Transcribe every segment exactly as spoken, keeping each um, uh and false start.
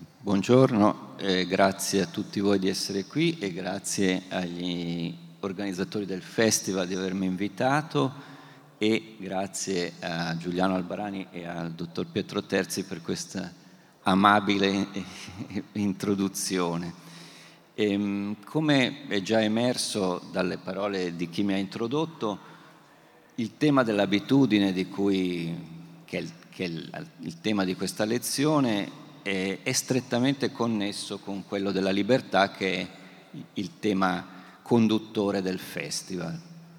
Buongiorno, eh, grazie a tutti voi di essere qui e grazie agli organizzatori del festival di avermi invitato e grazie a Giuliano Albarani e al dottor Pietro Terzi per questa amabile introduzione. E, come è già emerso dalle parole di chi mi ha introdotto, il tema dell'abitudine, di cui, che è il, che è il, il tema di questa lezione, è, è strettamente connesso con quello della libertà, che è il tema conduttore del festival.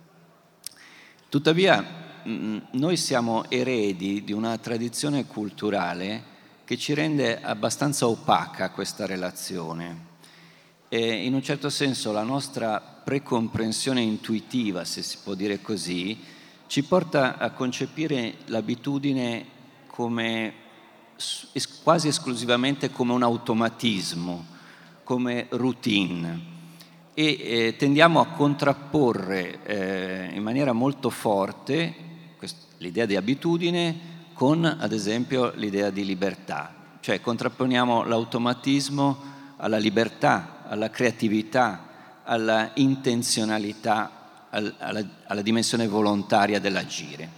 Tuttavia, noi siamo eredi di una tradizione culturale che ci rende abbastanza opaca questa relazione. E in un certo senso la nostra precomprensione intuitiva, se si può dire così, ci porta a concepire l'abitudine come quasi esclusivamente come un automatismo, come routine, e eh, tendiamo a contrapporre eh, in maniera molto forte quest- l'idea di abitudine con, ad esempio, l'idea di libertà, cioè contrapponiamo l'automatismo alla libertà, alla creatività, alla intenzionalità, al, alla, alla dimensione volontaria dell'agire.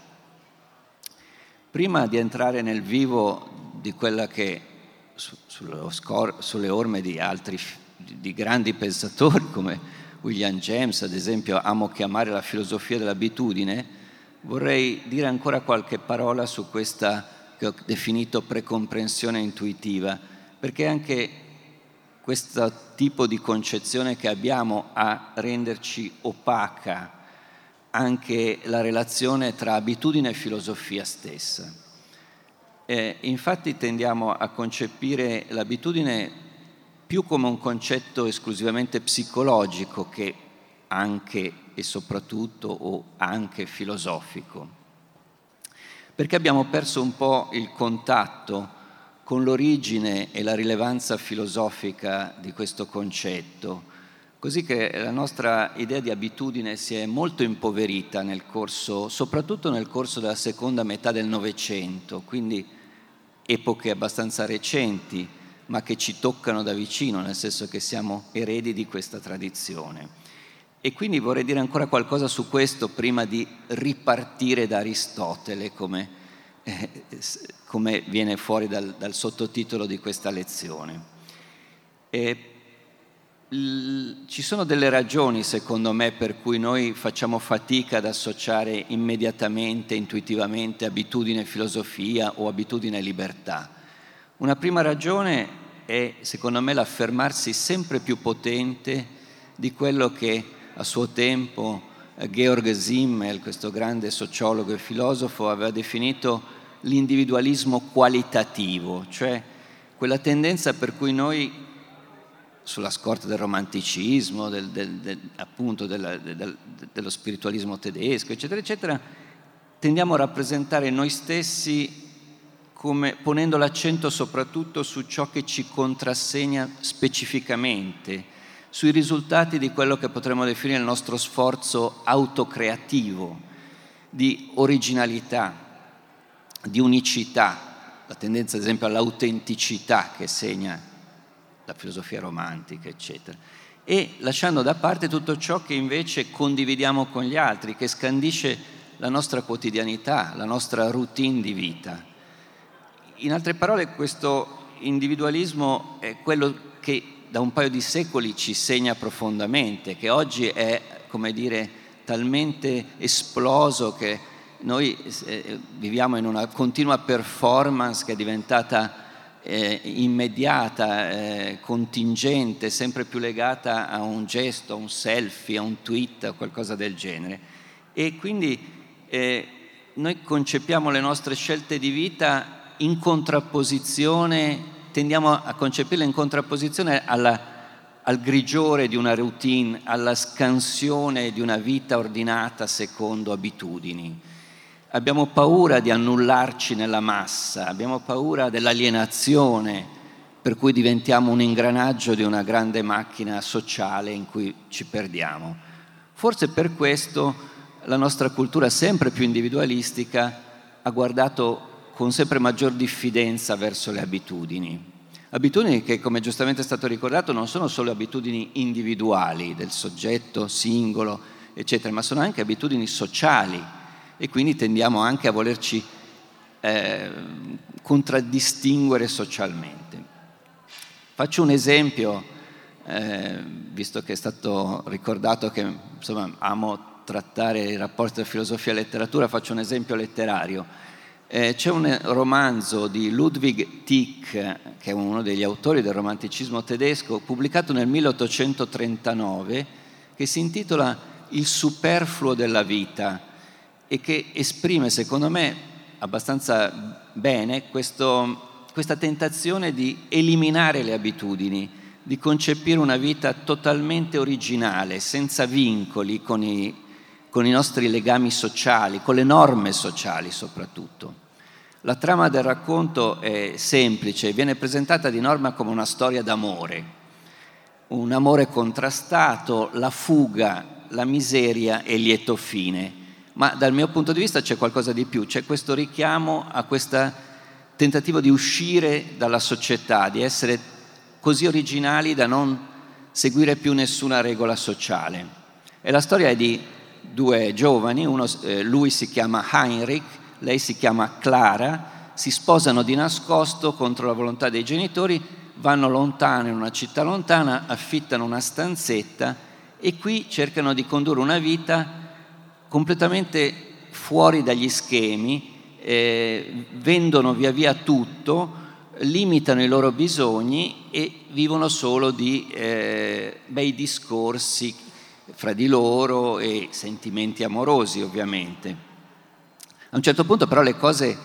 Prima di entrare nel vivo di quella che su, sullo scor- sulle orme di altri di, di grandi pensatori come William James, ad esempio, amo chiamare la filosofia dell'abitudine, vorrei dire ancora qualche parola su questa che ho definito precomprensione intuitiva, perché anche questo tipo di concezione che abbiamo a renderci opaca anche la relazione tra abitudine e filosofia stessa. Eh, infatti tendiamo a concepire l'abitudine più come un concetto esclusivamente psicologico che anche e soprattutto o anche filosofico, perché abbiamo perso un po' il contatto con l'origine e la rilevanza filosofica di questo concetto, così che la nostra idea di abitudine si è molto impoverita nel corso, soprattutto nel corso della seconda metà del Novecento, quindi epoche abbastanza recenti, ma che ci toccano da vicino, nel senso che siamo eredi di questa tradizione. E quindi vorrei dire ancora qualcosa su questo prima di ripartire da Aristotele, come, eh, come viene fuori dal, dal sottotitolo di questa lezione. E ci sono delle ragioni, secondo me, per cui noi facciamo fatica ad associare immediatamente, intuitivamente, abitudine e filosofia o abitudine e libertà. Una prima ragione è, secondo me, l'affermarsi sempre più potente di quello che a suo tempo Georg Simmel, questo grande sociologo e filosofo, aveva definito l'individualismo qualitativo, cioè quella tendenza per cui noi, sulla scorta del romanticismo, del, del, del, appunto della, del, dello spiritualismo tedesco, eccetera, eccetera, tendiamo a rappresentare noi stessi come ponendo l'accento soprattutto su ciò che ci contrassegna specificamente, sui risultati di quello che potremmo definire il nostro sforzo autocreativo, di originalità, di unicità, la tendenza ad esempio all'autenticità che segna la filosofia romantica, eccetera, e lasciando da parte tutto ciò che invece condividiamo con gli altri, che scandisce la nostra quotidianità, la nostra routine di vita. In altre parole, questo individualismo è quello che da un paio di secoli ci segna profondamente, che oggi è, come dire, talmente esploso che noi eh, viviamo in una continua performance che è diventata Eh, immediata, eh, contingente, sempre più legata a un gesto, a un selfie, a un tweet, a qualcosa del genere. E quindi eh, noi concepiamo le nostre scelte di vita in contrapposizione, tendiamo a concepirle in contrapposizione alla, al grigiore di una routine, alla scansione di una vita ordinata secondo abitudini. Abbiamo paura di annullarci nella massa, abbiamo paura dell'alienazione, per cui diventiamo un ingranaggio di una grande macchina sociale in cui ci perdiamo. Forse per questo la nostra cultura sempre più individualistica ha guardato con sempre maggior diffidenza verso le abitudini. Abitudini che, come giustamente è stato ricordato, non sono solo abitudini individuali del soggetto singolo, eccetera, ma sono anche abitudini sociali, e quindi tendiamo anche a volerci eh, contraddistinguere socialmente. Faccio un esempio, eh, visto che è stato ricordato che insomma, amo trattare i rapporti tra filosofia e letteratura, faccio un esempio letterario. Eh, c'è un romanzo di Ludwig Tieck, che è uno degli autori del romanticismo tedesco, pubblicato nel milleottocentotrentanove, che si intitola Il superfluo della vita e che esprime, secondo me, abbastanza bene questo, questa tentazione di eliminare le abitudini, di concepire una vita totalmente originale, senza vincoli con i con i nostri legami sociali, con le norme sociali soprattutto. La trama del racconto è semplice, viene presentata di norma come una storia d'amore, un amore contrastato, la fuga, la miseria e il lieto fine. Ma dal mio punto di vista c'è qualcosa di più, c'è questo richiamo a questo tentativo di uscire dalla società, di essere così originali da non seguire più nessuna regola sociale. E la storia è di due giovani, uno, eh, lui si chiama Heinrich, lei si chiama Clara, si sposano di nascosto contro la volontà dei genitori, vanno lontano in una città lontana, affittano una stanzetta e qui cercano di condurre una vita completamente fuori dagli schemi, eh, vendono via via tutto, limitano i loro bisogni e vivono solo di eh, bei discorsi fra di loro e sentimenti amorosi, ovviamente. A un certo punto però le cose,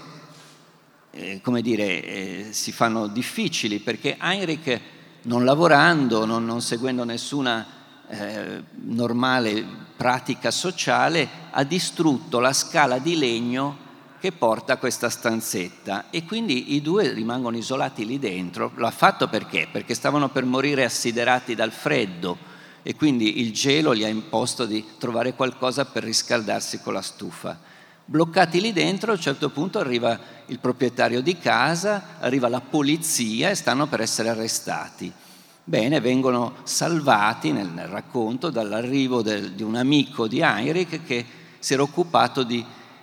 eh, come dire, eh, si fanno difficili, perché Heinrich, non lavorando, non, non seguendo nessuna eh, normale pratica sociale, ha distrutto la scala di legno che porta a questa stanzetta e quindi i due rimangono isolati lì dentro. L'ha fatto perché? Perché stavano per morire assiderati dal freddo, e quindi il gelo gli ha imposto di trovare qualcosa per riscaldarsi con la stufa. Bloccati lì dentro, a un certo punto arriva il proprietario di casa, arriva la polizia e stanno per essere arrestati. Bene, vengono salvati nel, nel racconto dall'arrivo del, di un amico di Heinrich che si era occupato di,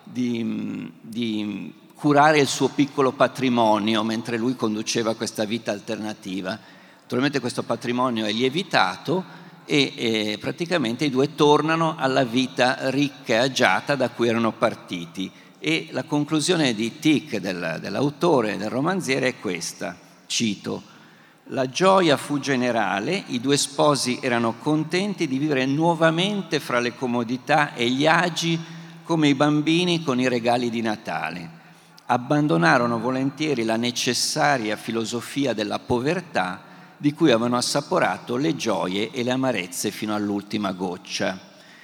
di, di curare il suo piccolo patrimonio mentre lui conduceva questa vita alternativa. Naturalmente questo patrimonio è lievitato e eh, praticamente i due tornano alla vita ricca e agiata da cui erano partiti. E la conclusione di Tieck, del, dell'autore, del romanziere, è questa, cito: «La gioia fu generale, i due sposi erano contenti di vivere nuovamente fra le comodità e gli agi come i bambini con i regali di Natale. Abbandonarono volentieri la necessaria filosofia della povertà di cui avevano assaporato le gioie e le amarezze fino all'ultima goccia.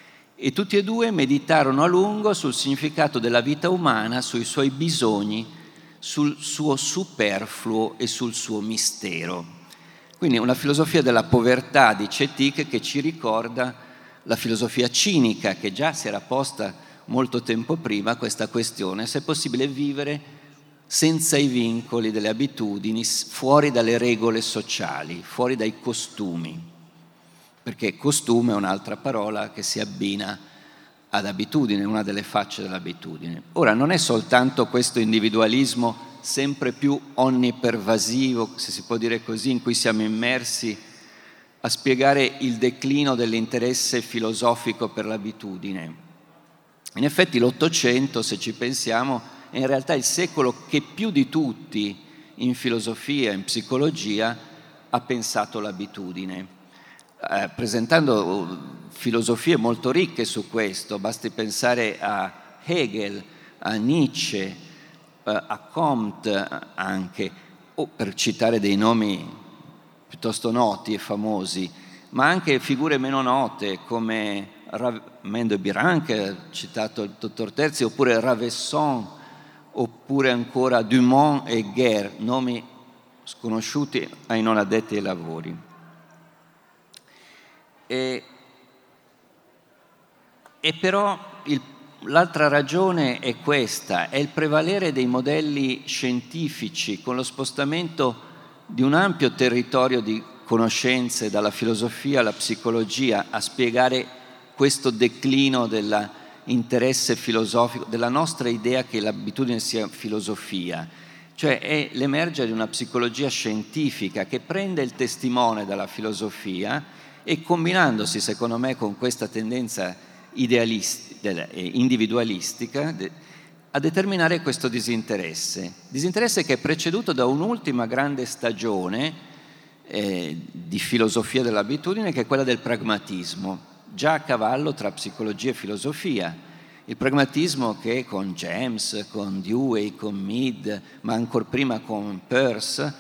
E tutti e due meditarono a lungo sul significato della vita umana, sui suoi bisogni, sul suo superfluo e sul suo mistero». Quindi una filosofia della povertà, dice Tieck, che ci ricorda la filosofia cinica che già si era posta molto tempo prima questa questione: se è possibile vivere senza i vincoli delle abitudini, fuori dalle regole sociali, fuori dai costumi, perché costume è un'altra parola che si abbina ad abitudine, una delle facce dell'abitudine. Ora, non è soltanto questo individualismo sempre più onnipervasivo, se si può dire così, in cui siamo immersi a spiegare il declino dell'interesse filosofico per l'abitudine. In effetti l'Ottocento, se ci pensiamo, è in realtà il secolo che più di tutti in filosofia e in psicologia ha pensato l'abitudine, eh, presentando filosofie molto ricche su questo. Basti pensare a Hegel, a Nietzsche, eh, a Comte anche, o per citare dei nomi piuttosto noti e famosi, ma anche figure meno note come Mendo Biran, che ha citato il dottor Terzi, oppure Ravesson, oppure ancora Dumont e Guerre, nomi sconosciuti ai non addetti ai lavori. E, e però il, l'altra ragione è questa, è il prevalere dei modelli scientifici con lo spostamento di un ampio territorio di conoscenze, dalla filosofia alla psicologia, a spiegare questo declino dell'interesse filosofico, della nostra idea che l'abitudine sia filosofia. Cioè è l'emergere di una psicologia scientifica che prende il testimone dalla filosofia e, combinandosi secondo me con questa tendenza idealistica, individualistica, a determinare questo disinteresse. Disinteresse che è preceduto da un'ultima grande stagione eh, di filosofia dell'abitudine, che è quella del pragmatismo, già a cavallo tra psicologia e filosofia. Il pragmatismo che con James, con Dewey, con Mead, ma ancor prima con Peirce,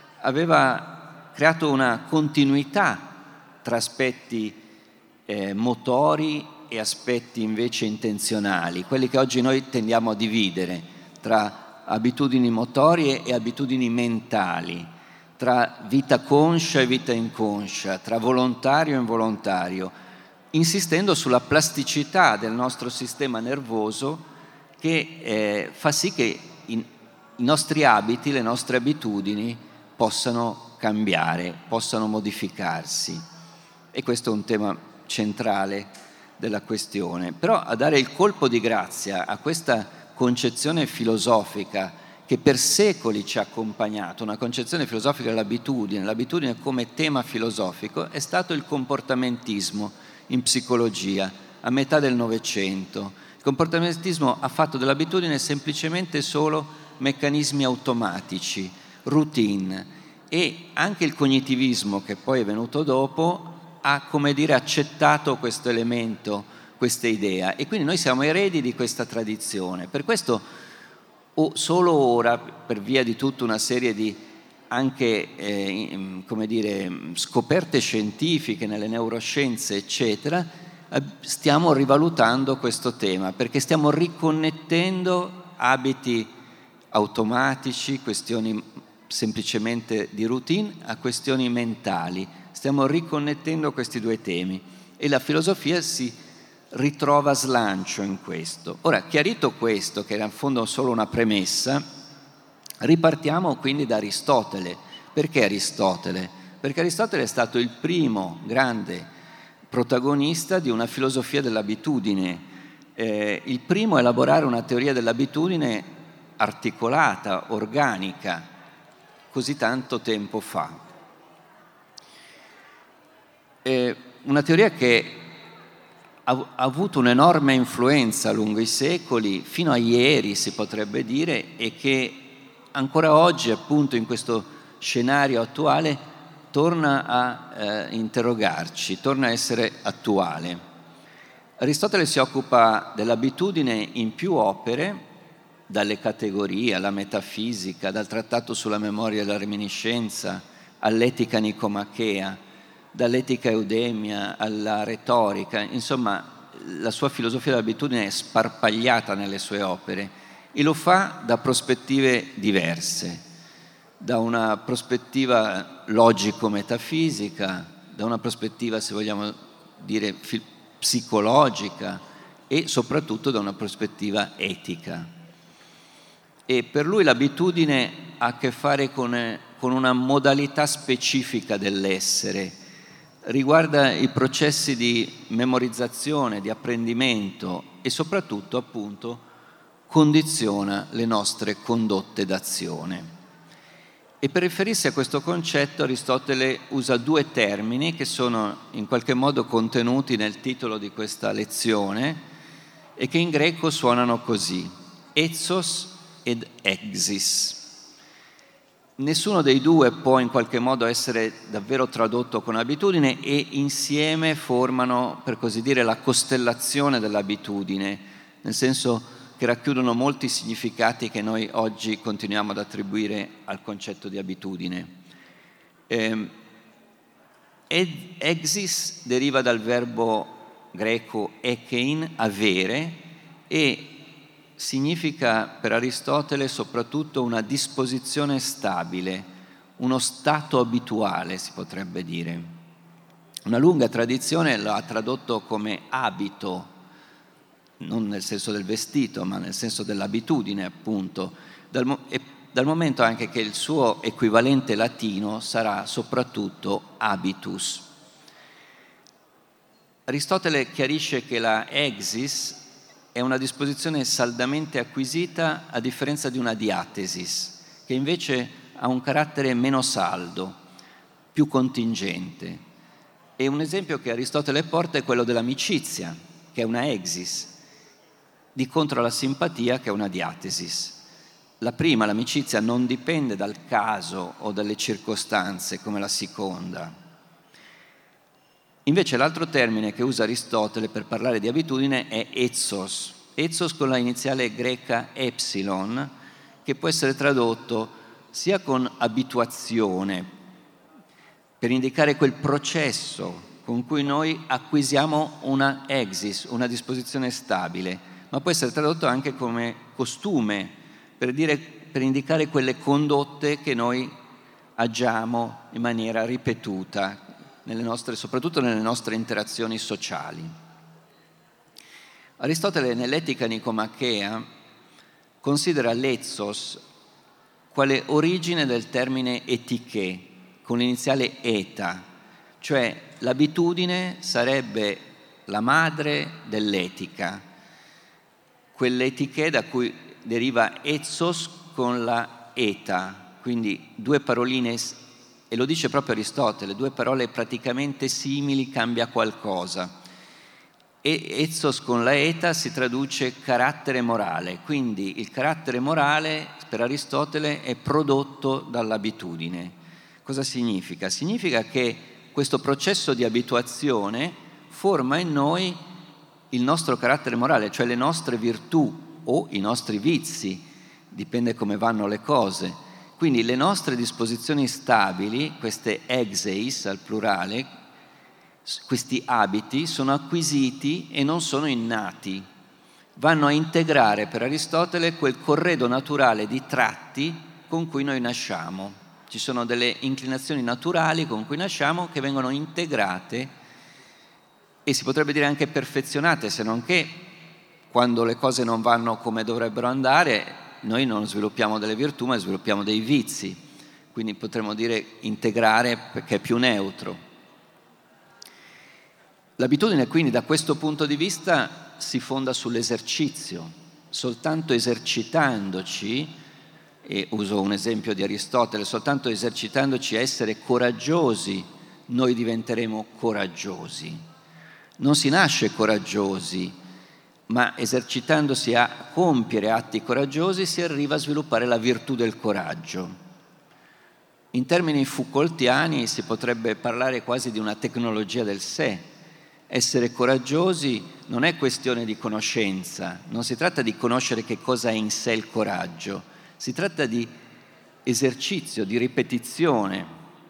aveva creato una continuità tra aspetti eh, motori e aspetti invece intenzionali, quelli che oggi noi tendiamo a dividere tra abitudini motorie e abitudini mentali, tra vita conscia e vita inconscia, tra volontario e involontario, insistendo sulla plasticità del nostro sistema nervoso che eh, fa sì che i, i nostri abiti, le nostre abitudini possano cambiare, possano modificarsi. E questo è un tema centrale della questione. Però a dare il colpo di grazia a questa concezione filosofica che per secoli ci ha accompagnato, una concezione filosofica dell'abitudine, l'abitudine come tema filosofico, è stato il comportamentismo in psicologia a metà del Novecento. Il comportamentismo ha fatto dell'abitudine semplicemente solo meccanismi automatici, routine, e anche il cognitivismo, che poi è venuto dopo, ha, come dire, accettato questo elemento, questa idea, e quindi noi siamo eredi di questa tradizione. Per questo o solo ora, per via di tutta una serie di anche eh, come dire, scoperte scientifiche nelle neuroscienze, eccetera, stiamo rivalutando questo tema, perché stiamo riconnettendo abiti automatici, questioni semplicemente di routine, a questioni mentali. Stiamo riconnettendo questi due temi e la filosofia si ritrova slancio in questo. Ora, chiarito questo, che era in fondo solo una premessa, ripartiamo quindi da Aristotele. Perché Aristotele? Perché Aristotele è stato il primo grande protagonista di una filosofia dell'abitudine, eh, il primo a elaborare una teoria dell'abitudine articolata, organica, così tanto tempo fa. Eh, una teoria che ha, ha avuto un'enorme influenza lungo i secoli, fino a ieri si potrebbe dire, e che ancora oggi, appunto, in questo scenario attuale, torna a eh, interrogarci, torna a essere attuale. Aristotele si occupa dell'abitudine in più opere, dalle categorie alla metafisica, dal trattato sulla memoria e la reminiscenza all'etica nicomachea, dall'etica eudemia alla retorica. Insomma, la sua filosofia dell'abitudine è sparpagliata nelle sue opere, e lo fa da prospettive diverse, da una prospettiva logico-metafisica, da una prospettiva, se vogliamo dire, psicologica, e soprattutto da una prospettiva etica. E per lui l'abitudine ha a che fare con, con una modalità specifica dell'essere, riguarda i processi di memorizzazione, di apprendimento e soprattutto, appunto, condiziona le nostre condotte d'azione. E per riferirsi a questo concetto Aristotele usa due termini che sono in qualche modo contenuti nel titolo di questa lezione e che in greco suonano così: ethos ed exis. Nessuno dei due può in qualche modo essere davvero tradotto con abitudine, e insieme formano, per così dire, la costellazione dell'abitudine, nel senso che racchiudono molti significati che noi oggi continuiamo ad attribuire al concetto di abitudine. Eh, exis deriva dal verbo greco ekein, avere, e significa per Aristotele soprattutto una disposizione stabile, uno stato abituale, si potrebbe dire. Una lunga tradizione lo ha tradotto come abito, non nel senso del vestito, ma nel senso dell'abitudine, appunto. E dal momento anche che il suo equivalente latino sarà soprattutto habitus. Aristotele chiarisce che la exis è una disposizione saldamente acquisita a differenza di una diatesis, che invece ha un carattere meno saldo, più contingente. E un esempio che Aristotele porta è quello dell'amicizia, che è una exis, di contro la simpatia, che è una diatesis. La prima, l'amicizia, non dipende dal caso o dalle circostanze come la seconda. Invece l'altro termine che usa Aristotele per parlare di abitudine è ethos. Ethos con la iniziale greca epsilon, che può essere tradotto sia con abituazione, per indicare quel processo con cui noi acquisiamo una exis, una disposizione stabile, ma può essere tradotto anche come costume, per dire, per indicare quelle condotte che noi agiamo in maniera ripetuta, nelle nostre, soprattutto nelle nostre interazioni sociali. Aristotele nell'Etica Nicomachea considera l'ethos quale origine del termine etiché, con l'iniziale eta, cioè l'abitudine sarebbe la madre dell'etica, quell'etiché da cui deriva ethos con la eta, quindi due paroline, e lo dice proprio Aristotele, due parole praticamente simili, cambia qualcosa. E ethos con la eta si traduce carattere morale, quindi il carattere morale per Aristotele è prodotto dall'abitudine. Cosa significa? Significa che questo processo di abituazione forma in noi il nostro carattere morale, cioè le nostre virtù o i nostri vizi, dipende come vanno le cose. Quindi le nostre disposizioni stabili, queste exeis al plurale, questi abiti sono acquisiti e non sono innati. Vanno a integrare per Aristotele quel corredo naturale di tratti con cui noi nasciamo. Ci sono delle inclinazioni naturali con cui nasciamo che vengono integrate e si potrebbe dire anche perfezionate, se non che quando le cose non vanno come dovrebbero andare, noi non sviluppiamo delle virtù, ma sviluppiamo dei vizi. Quindi potremmo dire integrare perché è più neutro. L'abitudine quindi da questo punto di vista si fonda sull'esercizio. Soltanto esercitandoci, e uso un esempio di Aristotele, soltanto esercitandoci a essere coraggiosi, noi diventeremo coraggiosi. Non si nasce coraggiosi, ma esercitandosi a compiere atti coraggiosi si arriva a sviluppare la virtù del coraggio. In termini Foucaultiani si potrebbe parlare quasi di una tecnologia del sé. Essere coraggiosi non è questione di conoscenza, non si tratta di conoscere che cosa è in sé il coraggio, si tratta di esercizio, di ripetizione.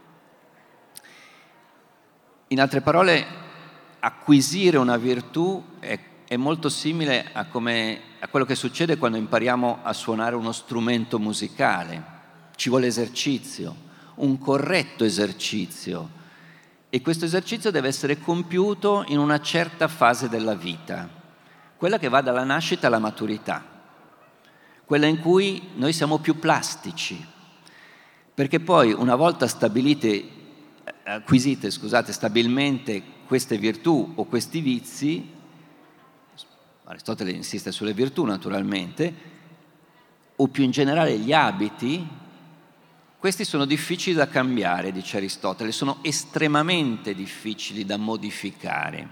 In altre parole, acquisire una virtù è È molto simile a, come, a quello che succede quando impariamo a suonare uno strumento musicale. Ci vuole esercizio, un corretto esercizio. E questo esercizio deve essere compiuto in una certa fase della vita, quella che va dalla nascita alla maturità, quella in cui noi siamo più plastici. Perché poi, una volta stabilite, acquisite, scusate, stabilmente queste virtù o questi vizi, Aristotele insiste sulle virtù naturalmente, o più in generale gli abiti, questi sono difficili da cambiare, dice Aristotele, sono estremamente difficili da modificare.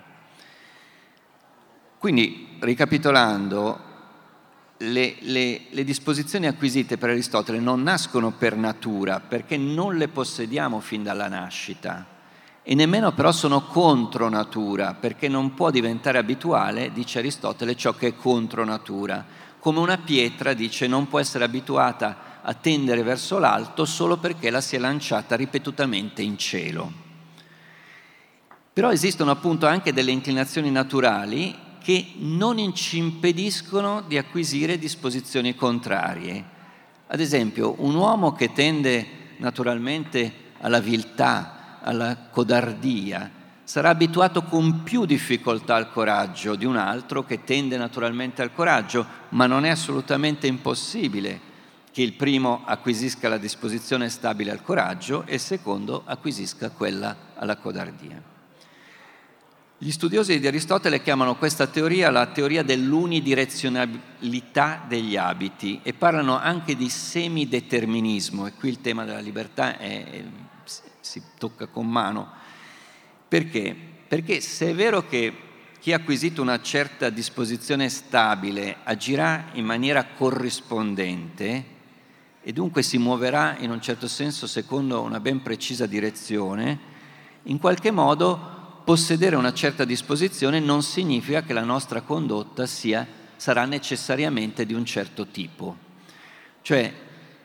Quindi, ricapitolando, le, le, le disposizioni acquisite per Aristotele non nascono per natura, perché non le possediamo fin dalla nascita, e nemmeno però sono contro natura, perché non può diventare abituale, dice Aristotele, ciò che è contro natura. Come una pietra, dice, non può essere abituata a tendere verso l'alto solo perché la si è lanciata ripetutamente in cielo. Però esistono appunto anche delle inclinazioni naturali che non ci impediscono di acquisire disposizioni contrarie. Ad esempio, un uomo che tende naturalmente alla viltà, alla codardia, sarà abituato con più difficoltà al coraggio di un altro che tende naturalmente al coraggio, ma non è assolutamente impossibile che il primo acquisisca la disposizione stabile al coraggio e il secondo acquisisca quella alla codardia. Gli studiosi di Aristotele chiamano questa teoria la teoria dell'unidirezionalità degli abiti e parlano anche di semideterminismo, e qui il tema della libertà è, è, si tocca con mano. Perché? Perché se è vero che chi ha acquisito una certa disposizione stabile agirà in maniera corrispondente e dunque si muoverà in un certo senso secondo una ben precisa direzione, in qualche modo possedere una certa disposizione non significa che la nostra condotta sia, sarà necessariamente di un certo tipo. Cioè,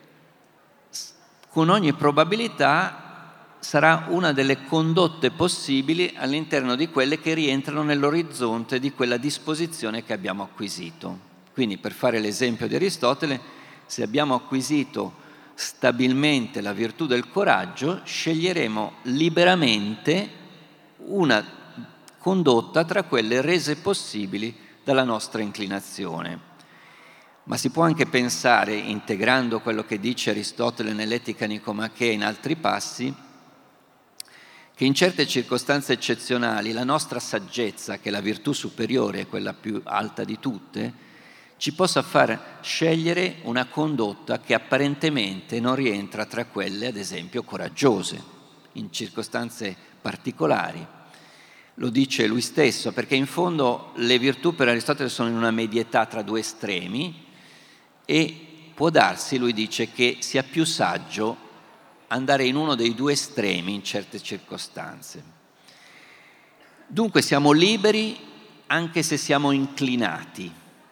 con ogni probabilità sarà una delle condotte possibili all'interno di quelle che rientrano nell'orizzonte di quella disposizione che abbiamo acquisito. Quindi, per fare l'esempio di Aristotele, se abbiamo acquisito stabilmente la virtù del coraggio, sceglieremo liberamente una condotta tra quelle rese possibili dalla nostra inclinazione. Ma si può anche pensare, integrando quello che dice Aristotele nell'Etica Nicomachea in altri passi, che in certe circostanze eccezionali la nostra saggezza, che è la virtù superiore, quella più alta di tutte, ci possa far scegliere una condotta che apparentemente non rientra tra quelle, ad esempio, coraggiose, in circostanze particolari. Lo dice lui stesso, perché in fondo le virtù per Aristotele sono in una medietà tra due estremi e può darsi, lui dice, che sia più saggio andare in uno dei due estremi in certe circostanze. Dunque siamo liberi anche se siamo inclinati.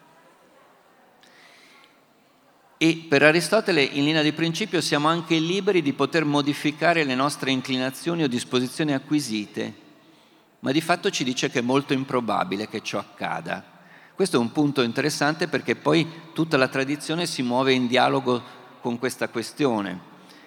E per Aristotele, in linea di principio, siamo anche liberi di poter modificare le nostre inclinazioni o disposizioni acquisite, ma di fatto ci dice che è molto improbabile che ciò accada. Questo è un punto interessante perché poi tutta la tradizione si muove in dialogo con questa questione.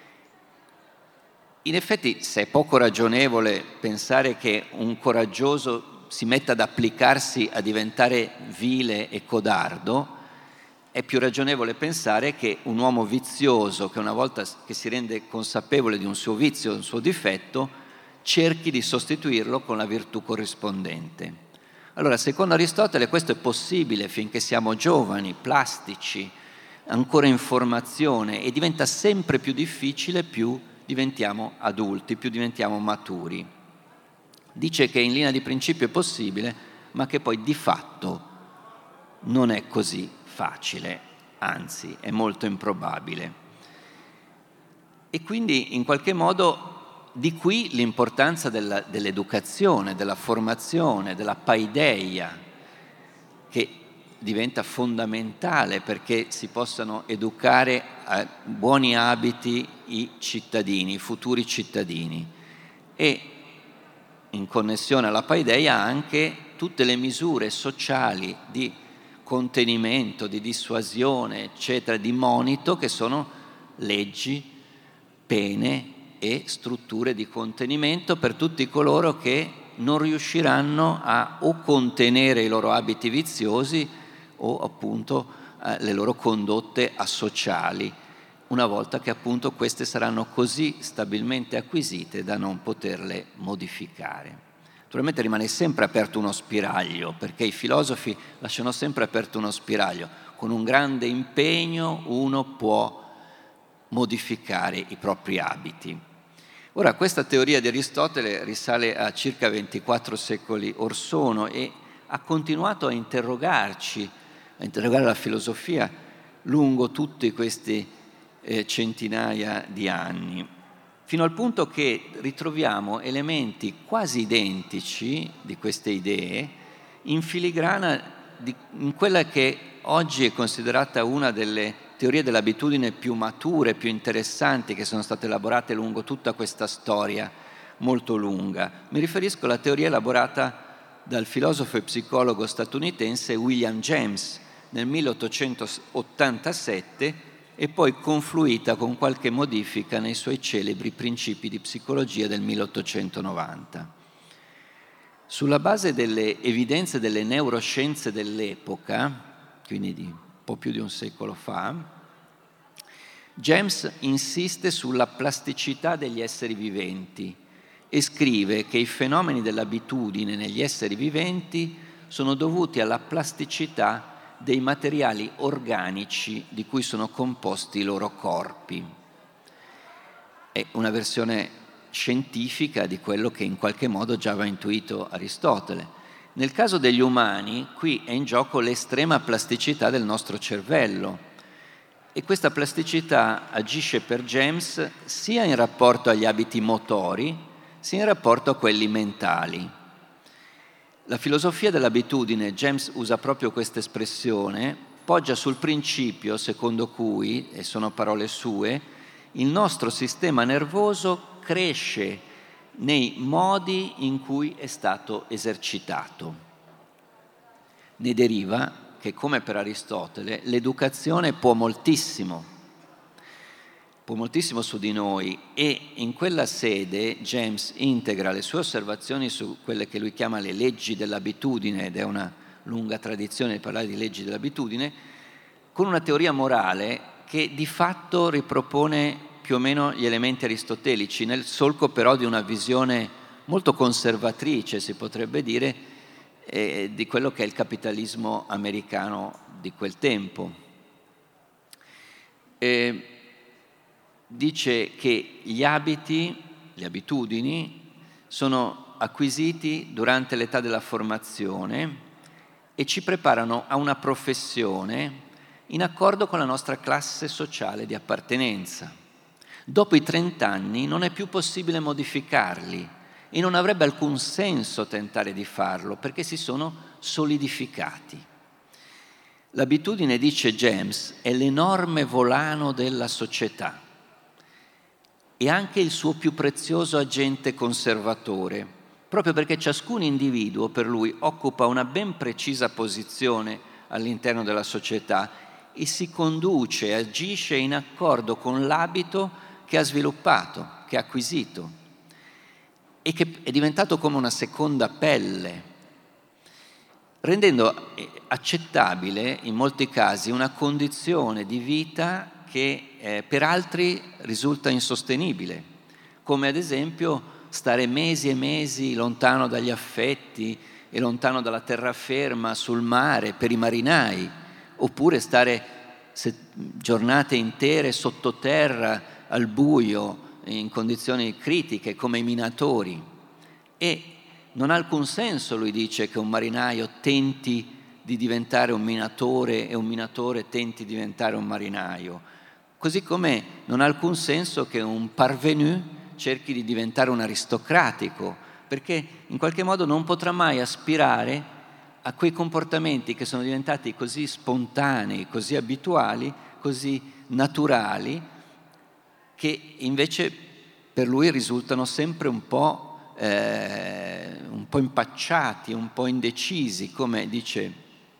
In effetti, se è poco ragionevole pensare che un coraggioso si metta ad applicarsi a diventare vile e codardo, è più ragionevole pensare che un uomo vizioso, che una volta che si rende consapevole di un suo vizio, di un suo difetto, cerchi di sostituirlo con la virtù corrispondente. Allora, secondo Aristotele questo è possibile finché siamo giovani, plastici, ancora in formazione, e diventa sempre più difficile più diventiamo adulti, più diventiamo maturi. Dice che in linea di principio è possibile, ma che poi di fatto non è così facile, anzi è molto improbabile. E quindi in qualche modo di qui l'importanza della, dell'educazione, della formazione, della paideia, che diventa fondamentale perché si possano educare a buoni abiti i cittadini, i futuri cittadini, e in connessione alla paideia anche tutte le misure sociali di contenimento, di dissuasione, eccetera, di monito, che sono leggi, pene e strutture di contenimento per tutti coloro che non riusciranno a o contenere i loro abiti viziosi o appunto eh, le loro condotte asociali, una volta che appunto queste saranno così stabilmente acquisite da non poterle modificare. Naturalmente rimane sempre aperto uno spiraglio, perché i filosofi lasciano sempre aperto uno spiraglio. Con un grande impegno uno può modificare i propri abiti. Ora, questa teoria di Aristotele risale a circa ventiquattro secoli or sono e ha continuato a interrogarci, a interrogare la filosofia lungo tutti questi eh, centinaia di anni, fino al punto che ritroviamo elementi quasi identici di queste idee in filigrana di, in quella che oggi è considerata una delle teorie dell'abitudine più mature, più interessanti, che sono state elaborate lungo tutta questa storia molto lunga. Mi riferisco alla teoria elaborata dal filosofo e psicologo statunitense William James nel milleottocentottantasette e poi confluita con qualche modifica nei suoi celebri Principi di psicologia del milleottocentonovanta. Sulla base delle evidenze delle neuroscienze dell'epoca, quindi di un po' più di un secolo fa, James insiste sulla plasticità degli esseri viventi e scrive che i fenomeni dell'abitudine negli esseri viventi sono dovuti alla plasticità dei materiali organici di cui sono composti i loro corpi. È una versione scientifica di quello che in qualche modo già aveva intuito Aristotele. Nel caso degli umani, qui è in gioco l'estrema plasticità del nostro cervello, e questa plasticità agisce per James sia in rapporto agli abiti motori, sia in rapporto a quelli mentali. La filosofia dell'abitudine, James usa proprio questa espressione, poggia sul principio secondo cui, e sono parole sue, il nostro sistema nervoso cresce nei modi in cui è stato esercitato. Ne deriva che, come per Aristotele, l'educazione può moltissimo, può moltissimo su di noi, e in quella sede James integra le sue osservazioni su quelle che lui chiama le leggi dell'abitudine, ed è una lunga tradizione di parlare di leggi dell'abitudine, con una teoria morale che di fatto ripropone più o meno gli elementi aristotelici, nel solco però di una visione molto conservatrice, si potrebbe dire, eh, di quello che è il capitalismo americano di quel tempo. E dice che gli abiti, le abitudini, sono acquisiti durante l'età della formazione e ci preparano a una professione in accordo con la nostra classe sociale di appartenenza. Dopo i trent'anni non è più possibile modificarli e non avrebbe alcun senso tentare di farlo perché si sono solidificati. L'abitudine, dice James, è l'enorme volano della società e anche il suo più prezioso agente conservatore, proprio perché ciascun individuo per lui occupa una ben precisa posizione all'interno della società e si conduce e agisce in accordo con l'abito che ha sviluppato, che ha acquisito e che è diventato come una seconda pelle, rendendo accettabile in molti casi una condizione di vita che eh, per altri risulta insostenibile, come ad esempio stare mesi e mesi lontano dagli affetti e lontano dalla terraferma sul mare per i marinai, oppure stare giornate intere sottoterra al buio in condizioni critiche come i minatori. E non ha alcun senso, lui dice, che un marinaio tenti di diventare un minatore e un minatore tenti di diventare un marinaio, così come non ha alcun senso che un parvenu cerchi di diventare un aristocratico, perché in qualche modo non potrà mai aspirare a quei comportamenti che sono diventati così spontanei, così abituali, così naturali, che invece per lui risultano sempre un po', eh, un po' impacciati, un po' indecisi, come dice,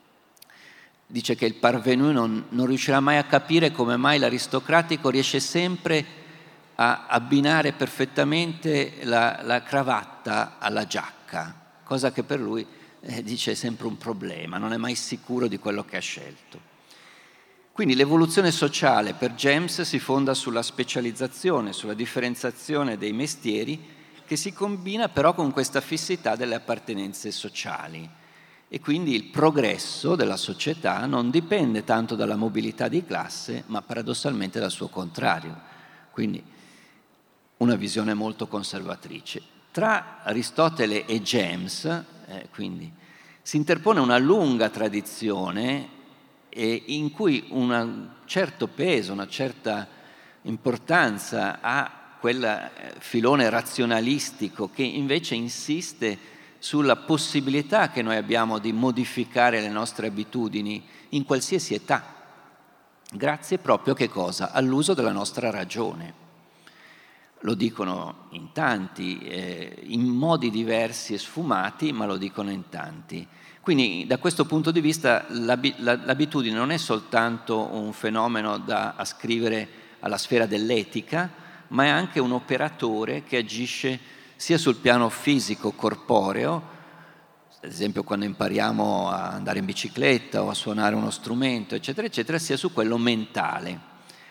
dice che il parvenu non, non riuscirà mai a capire come mai l'aristocratico riesce sempre a abbinare perfettamente la, la cravatta alla giacca, cosa che per lui, eh, dice, è sempre un problema, non è mai sicuro di quello che ha scelto. Quindi l'evoluzione sociale per James si fonda sulla specializzazione, sulla differenziazione dei mestieri, che si combina però con questa fissità delle appartenenze sociali. E quindi il progresso della società non dipende tanto dalla mobilità di classe, ma paradossalmente dal suo contrario. Quindi una visione molto conservatrice. Tra Aristotele e James, eh, quindi, si interpone una lunga tradizione e in cui un certo peso, una certa importanza ha quel filone razionalistico che invece insiste sulla possibilità che noi abbiamo di modificare le nostre abitudini in qualsiasi età, grazie proprio a che cosa? All'uso della nostra ragione. Lo dicono in tanti, eh, in modi diversi e sfumati, ma lo dicono in tanti. Quindi da questo punto di vista l'abitudine non è soltanto un fenomeno da ascrivere alla sfera dell'etica, ma è anche un operatore che agisce sia sul piano fisico, corporeo, ad esempio quando impariamo a andare in bicicletta o a suonare uno strumento, eccetera, eccetera, sia su quello mentale.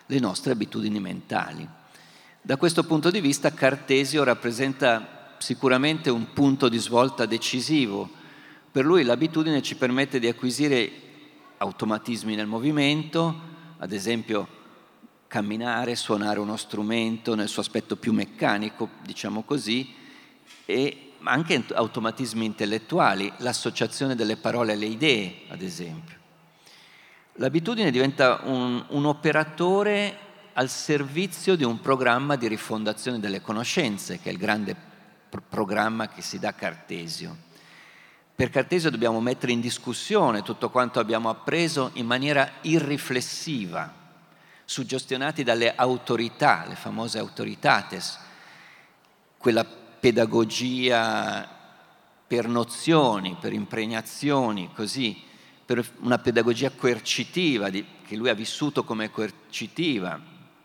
le nostre abitudini mentali. Da questo punto di vista Cartesio rappresenta sicuramente un punto di svolta decisivo. Per lui l'abitudine ci permette di acquisire automatismi nel movimento, ad esempio camminare, suonare uno strumento nel suo aspetto più meccanico, diciamo così, e anche automatismi intellettuali, l'associazione delle parole alle idee, ad esempio. L'abitudine diventa un, un operatore al servizio di un programma di rifondazione delle conoscenze, che è il grande pr- programma che si dà a Cartesio. Per Cartesio dobbiamo mettere in discussione tutto quanto abbiamo appreso in maniera irriflessiva, suggestionati dalle autorità, le famose autoritates, quella pedagogia per nozioni, per impregnazioni, così, per una pedagogia coercitiva, di, che lui ha vissuto come coercitiva,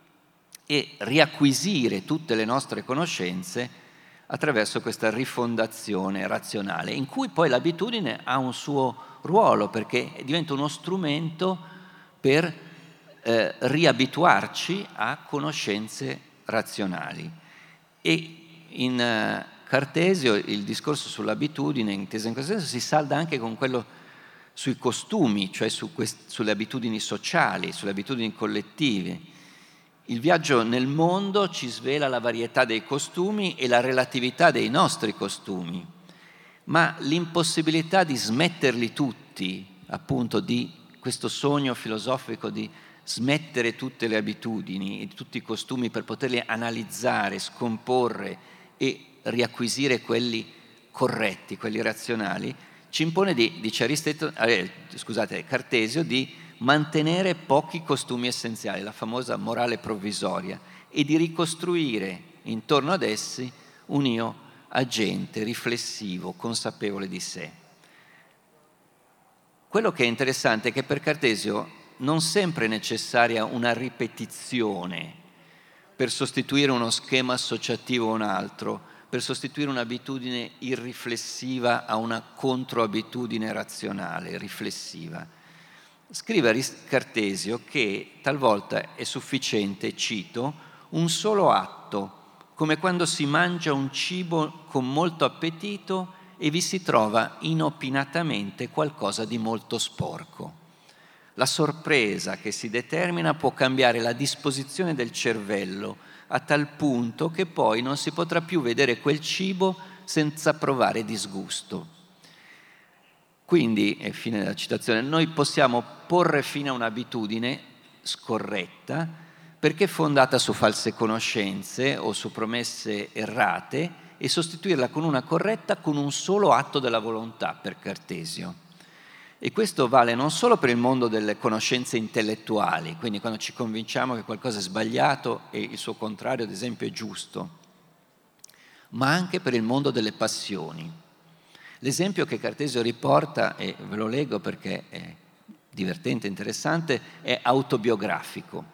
e riacquisire tutte le nostre conoscenze attraverso questa rifondazione razionale, in cui poi l'abitudine ha un suo ruolo, perché diventa uno strumento per eh, riabituarci a conoscenze razionali. E in uh, Cartesio il discorso sull'abitudine, intesa in questo senso, si salda anche con quello sui costumi, cioè su quest- sulle abitudini sociali, sulle abitudini collettive. Il viaggio nel mondo ci svela la varietà dei costumi e la relatività dei nostri costumi, ma l'impossibilità di smetterli tutti, appunto di questo sogno filosofico di smettere tutte le abitudini e tutti i costumi per poterli analizzare, scomporre e riacquisire quelli corretti, quelli razionali, ci impone di, dice Aristeto, eh, scusate, Cartesio, di mantenere pochi costumi essenziali, la famosa morale provvisoria, e di ricostruire intorno ad essi un io agente, riflessivo, consapevole di sé. Quello che è interessante è che per Cartesio non sempre è necessaria una ripetizione per sostituire uno schema associativo a un altro, per sostituire un'abitudine irriflessiva a una controabitudine razionale, riflessiva. Scrive Cartesio che talvolta è sufficiente, cito, un solo atto, come quando si mangia un cibo con molto appetito e vi si trova inopinatamente qualcosa di molto sporco. La sorpresa che si determina può cambiare la disposizione del cervello a tal punto che poi non si potrà più vedere quel cibo senza provare disgusto. Quindi, e fine della citazione, noi possiamo porre fine a un'abitudine scorretta perché fondata su false conoscenze o su promesse errate e sostituirla con una corretta con un solo atto della volontà, per Cartesio. E questo vale non solo per il mondo delle conoscenze intellettuali, quindi quando ci convinciamo che qualcosa è sbagliato e il suo contrario, ad esempio, è giusto, ma anche per il mondo delle passioni. L'esempio che Cartesio riporta, e ve lo leggo perché è divertente, interessante, è autobiografico.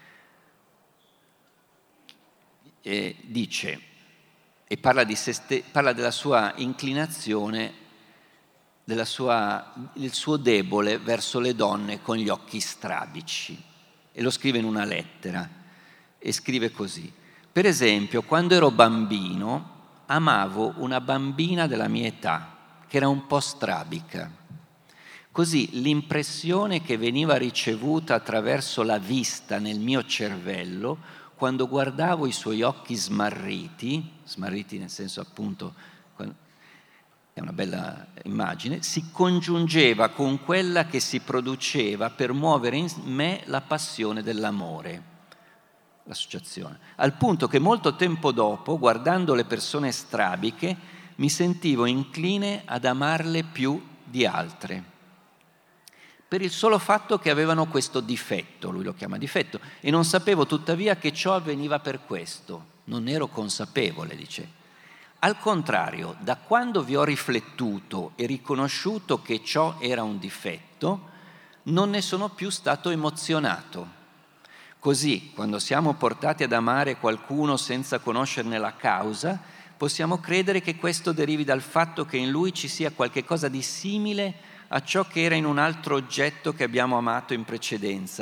E dice, e parla, di se ste, parla della sua inclinazione, della sua, il suo debole verso le donne con gli occhi strabici, e lo scrive in una lettera, e scrive così: per esempio, quando ero bambino amavo una bambina della mia età che era un po' strabica, così l'impressione che veniva ricevuta attraverso la vista nel mio cervello quando guardavo i suoi occhi smarriti, smarriti nel senso appunto, è una bella immagine, si congiungeva con quella che si produceva per muovere in me la passione dell'amore, l'associazione, al punto che molto tempo dopo, guardando le persone strabiche, mi sentivo incline ad amarle più di altre, per il solo fatto che avevano questo difetto, lui lo chiama difetto, e non sapevo tuttavia che ciò avveniva per questo, non ero consapevole, dice. Al contrario, da quando vi ho riflettuto e riconosciuto che ciò era un difetto, non ne sono più stato emozionato. Così, quando siamo portati ad amare qualcuno senza conoscerne la causa, possiamo credere che questo derivi dal fatto che in lui ci sia qualche cosa di simile a ciò che era in un altro oggetto che abbiamo amato in precedenza,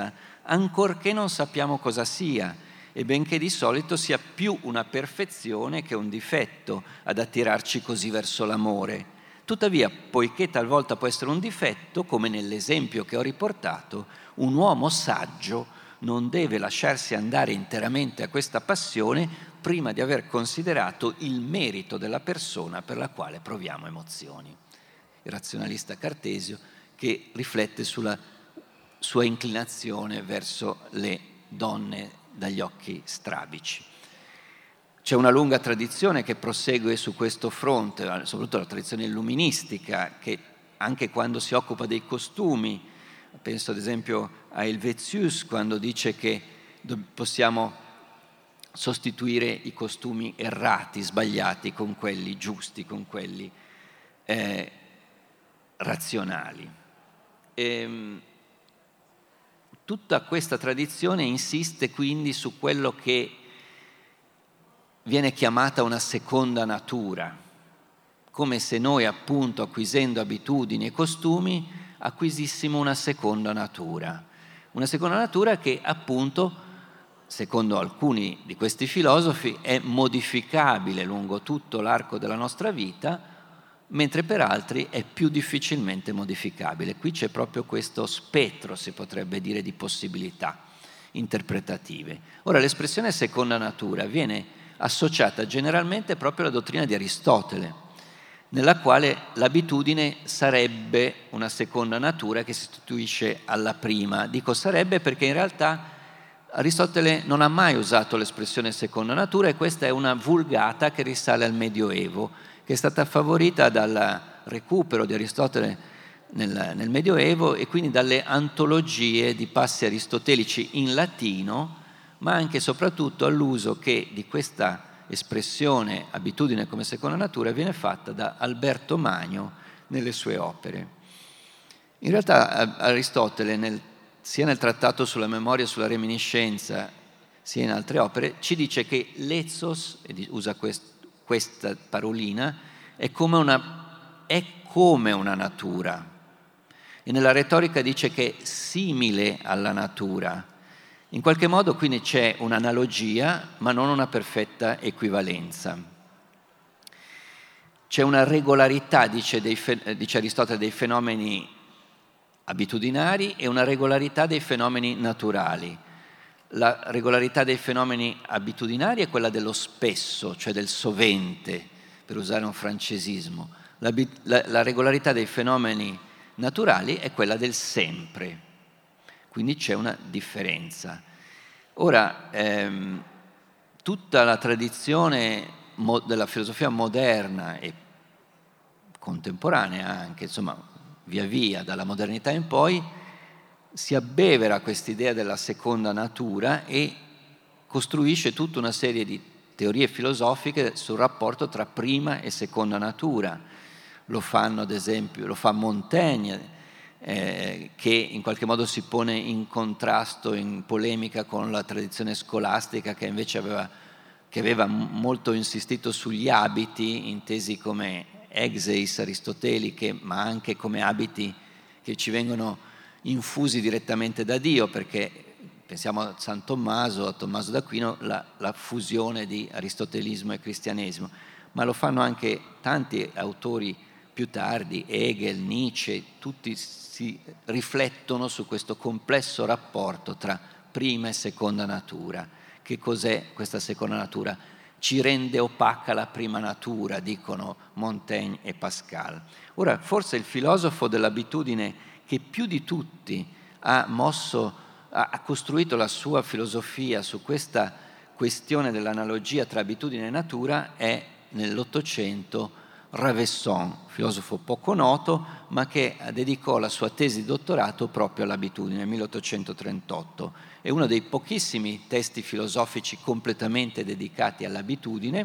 ancorché non sappiamo cosa sia, e benché di solito sia più una perfezione che un difetto ad attirarci così verso l'amore. Tuttavia, poiché talvolta può essere un difetto, come nell'esempio che ho riportato, un uomo saggio non deve lasciarsi andare interamente a questa passione prima di aver considerato il merito della persona per la quale proviamo emozioni. Il razionalista Cartesio, che riflette sulla sua inclinazione verso le donne dagli occhi strabici. C'è una lunga tradizione che prosegue su questo fronte, soprattutto la tradizione illuministica, che anche quando si occupa dei costumi, penso ad esempio a Helvetius quando dice che possiamo sostituire i costumi errati, sbagliati, con quelli giusti, con quelli eh, razionali. E, tutta questa tradizione insiste quindi su quello che viene chiamata una seconda natura, come se noi appunto acquisendo abitudini e costumi acquisissimo una seconda natura, una seconda natura che appunto, secondo alcuni di questi filosofi, è modificabile lungo tutto l'arco della nostra vita, mentre per altri è più difficilmente modificabile. Qui c'è proprio questo spettro, si potrebbe dire, di possibilità interpretative. Ora, l'espressione seconda natura viene associata generalmente proprio alla dottrina di Aristotele, nella quale l'abitudine sarebbe una seconda natura che si sostituisce alla prima. Dico sarebbe perché in realtà Aristotele non ha mai usato l'espressione seconda natura, e questa è una vulgata che risale al Medioevo, che è stata favorita dal recupero di Aristotele nel, nel Medioevo e quindi dalle antologie di passi aristotelici in latino, ma anche e soprattutto all'uso che di questa espressione abitudine come seconda natura viene fatta da Alberto Magno nelle sue opere. In realtà Aristotele, nel, sia nel trattato sulla memoria e sulla reminiscenza, sia in altre opere, ci dice che l'ethos, e usa quest, questa parolina, è come una, è come una natura. E nella retorica dice che è simile alla natura. In qualche modo quindi c'è un'analogia, ma non una perfetta equivalenza. C'è una regolarità, dice, dei, dice Aristotele, dei fenomeni abitudinari e una regolarità dei fenomeni naturali. La regolarità dei fenomeni abitudinari è quella dello spesso, cioè del sovente, per usare un francesismo. La, la, la regolarità dei fenomeni naturali è quella del sempre. Quindi c'è una differenza. Ora, ehm, tutta la tradizione mo- della filosofia moderna e contemporanea anche, insomma, via via, dalla modernità in poi, si abbevera quest'idea della seconda natura e costruisce tutta una serie di teorie filosofiche sul rapporto tra prima e seconda natura. Lo fanno, ad esempio, lo fa Montaigne, Eh, che in qualche modo si pone in contrasto, in polemica con la tradizione scolastica che invece aveva, che aveva molto insistito sugli abiti, intesi come exeis aristoteliche, ma anche come abiti che ci vengono infusi direttamente da Dio, perché pensiamo a San Tommaso, a Tommaso d'Aquino, la, la fusione di aristotelismo e cristianesimo, ma lo fanno anche tanti autori più tardi, Hegel, Nietzsche, tutti si riflettono su questo complesso rapporto tra prima e seconda natura. Che cos'è questa seconda natura? Ci rende opaca la prima natura, dicono Montaigne e Pascal. Ora, forse il filosofo dell'abitudine che più di tutti ha mosso, ha costruito la sua filosofia su questa questione dell'analogia tra abitudine e natura è nell'Ottocento Ravesson, filosofo poco noto, ma che dedicò la sua tesi di dottorato proprio all'abitudine nel milleottocentotrentotto. È uno dei pochissimi testi filosofici completamente dedicati all'abitudine,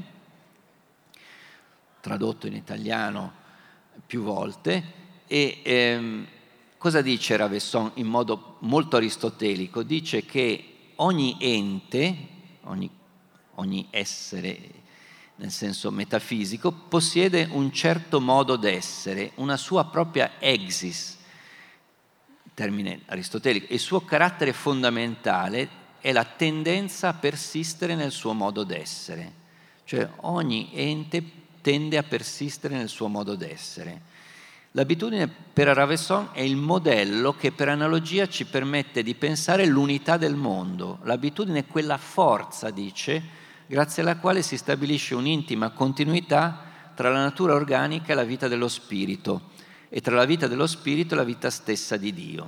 tradotto in italiano più volte. E ehm, cosa dice Ravesson in modo molto aristotelico? Dice che ogni ente, ogni, ogni essere nel senso metafisico, possiede un certo modo d'essere, una sua propria exis, termine aristotelico. Il suo carattere fondamentale è la tendenza a persistere nel suo modo d'essere, cioè ogni ente tende a persistere nel suo modo d'essere. L'abitudine per Ravesson è il modello che per analogia ci permette di pensare l'unità del mondo. L'abitudine è quella forza, dice, grazie alla quale si stabilisce un'intima continuità tra la natura organica e la vita dello spirito, e tra la vita dello spirito e la vita stessa di Dio.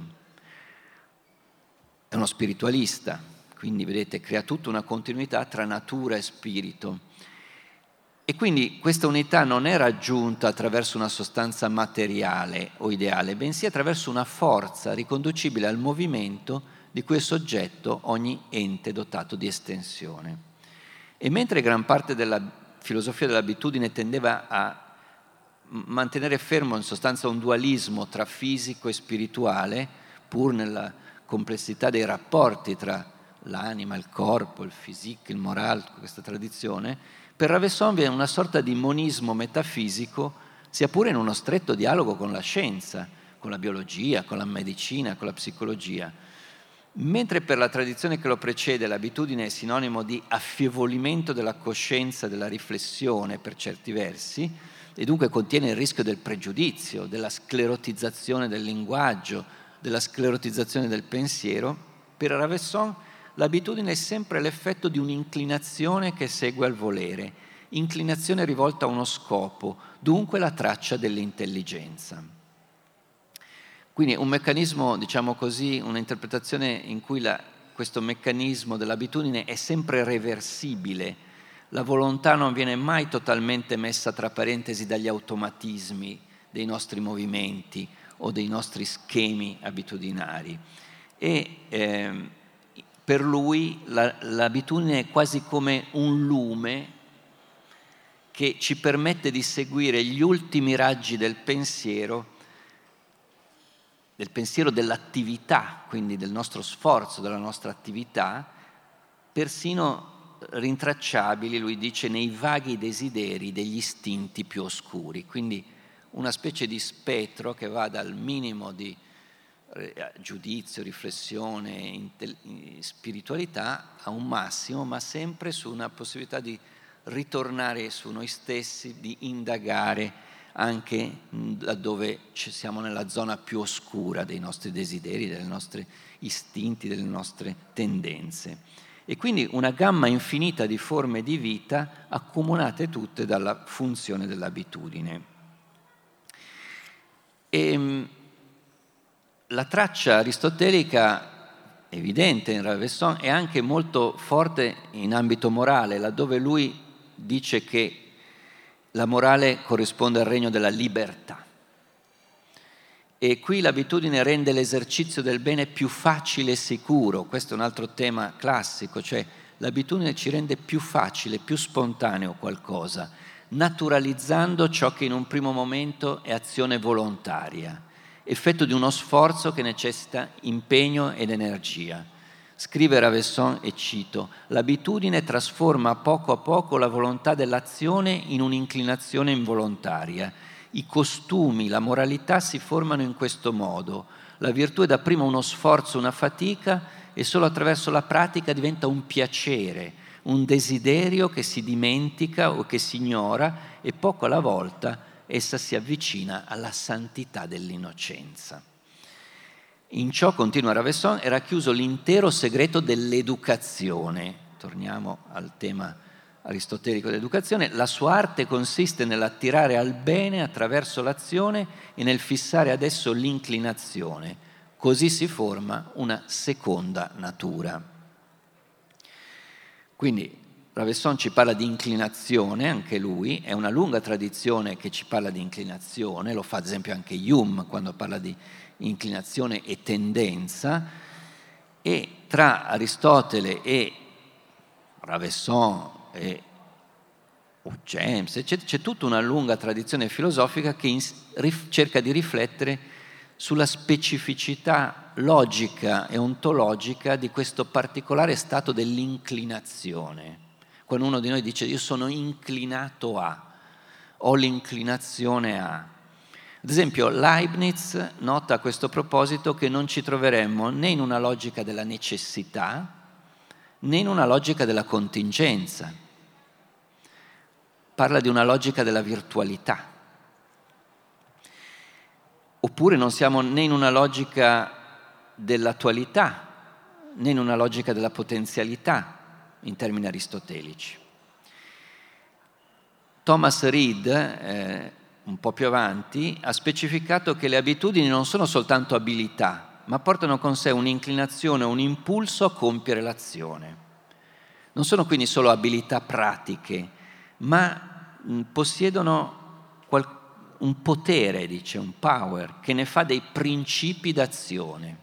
È uno spiritualista, quindi vedete, crea tutta una continuità tra natura e spirito. E quindi questa unità non è raggiunta attraverso una sostanza materiale o ideale, bensì attraverso una forza riconducibile al movimento di cui è soggetto ogni ente dotato di estensione. E mentre gran parte della filosofia dell'abitudine tendeva a mantenere fermo in sostanza un dualismo tra fisico e spirituale, pur nella complessità dei rapporti tra l'anima, il corpo, il physique, il moral, questa tradizione, per Ravesson vi è una sorta di monismo metafisico, sia pure in uno stretto dialogo con la scienza, con la biologia, con la medicina, con la psicologia. Mentre per la tradizione che lo precede l'abitudine è sinonimo di affievolimento della coscienza, della riflessione per certi versi, e dunque contiene il rischio del pregiudizio, della sclerotizzazione del linguaggio, della sclerotizzazione del pensiero, per Ravesson l'abitudine è sempre l'effetto di un'inclinazione che segue al volere, inclinazione rivolta a uno scopo, dunque la traccia dell'intelligenza. Quindi un meccanismo, diciamo così, un'interpretazione in cui la, questo meccanismo dell'abitudine è sempre reversibile. La volontà non viene mai totalmente messa tra parentesi dagli automatismi dei nostri movimenti o dei nostri schemi abitudinari. E eh, per lui la, l'abitudine è quasi come un lume che ci permette di seguire gli ultimi raggi del pensiero, del pensiero dell'attività, quindi del nostro sforzo, della nostra attività, persino rintracciabili, lui dice, nei vaghi desideri degli istinti più oscuri. Quindi una specie di spettro che va dal minimo di giudizio, riflessione, intel- spiritualità a un massimo, ma sempre su una possibilità di ritornare su noi stessi, di indagare anche laddove ci siamo nella zona più oscura dei nostri desideri, dei nostri istinti, delle nostre tendenze. E quindi una gamma infinita di forme di vita accomunate tutte dalla funzione dell'abitudine. E la traccia aristotelica, evidente in Ravesson, è anche molto forte in ambito morale, laddove lui dice che la morale corrisponde al regno della libertà. E qui l'abitudine rende l'esercizio del bene più facile e sicuro. Questo è un altro tema classico, cioè l'abitudine ci rende più facile, più spontaneo qualcosa, naturalizzando ciò che in un primo momento è azione volontaria, effetto di uno sforzo che necessita impegno ed energia. Scrive Ravesson, e cito, l'abitudine trasforma poco a poco la volontà dell'azione in un'inclinazione involontaria. I costumi, la moralità si formano in questo modo. La virtù è dapprima uno sforzo, una fatica, e solo attraverso la pratica diventa un piacere, un desiderio che si dimentica o che si ignora, e poco alla volta essa si avvicina alla santità dell'innocenza. In ciò, continua Ravesson, è racchiuso l'intero segreto dell'educazione. Torniamo al tema aristotelico dell'educazione. La sua arte consiste nell'attirare al bene attraverso l'azione e nel fissare ad esso l'inclinazione. Così si forma una seconda natura. Quindi Ravesson ci parla di inclinazione, anche lui, è una lunga tradizione che ci parla di inclinazione, lo fa ad esempio anche Hume quando parla di inclinazione e tendenza, e tra Aristotele e Ravesson e James c'è, c'è tutta una lunga tradizione filosofica che in, rif, cerca di riflettere sulla specificità logica e ontologica di questo particolare stato dell'inclinazione. Quando uno di noi dice io sono inclinato a, ho l'inclinazione a, Ad esempio, Leibniz nota a questo proposito che non ci troveremmo né in una logica della necessità né in una logica della contingenza. Parla di una logica della virtualità. Oppure non siamo né in una logica dell'attualità né in una logica della potenzialità in termini aristotelici. Thomas Reid, eh, un po' più avanti, ha specificato che le abitudini non sono soltanto abilità, ma portano con sé un'inclinazione, un impulso a compiere l'azione. Non sono quindi solo abilità pratiche, ma mh, possiedono qual- un potere, dice, un power, che ne fa dei principi d'azione.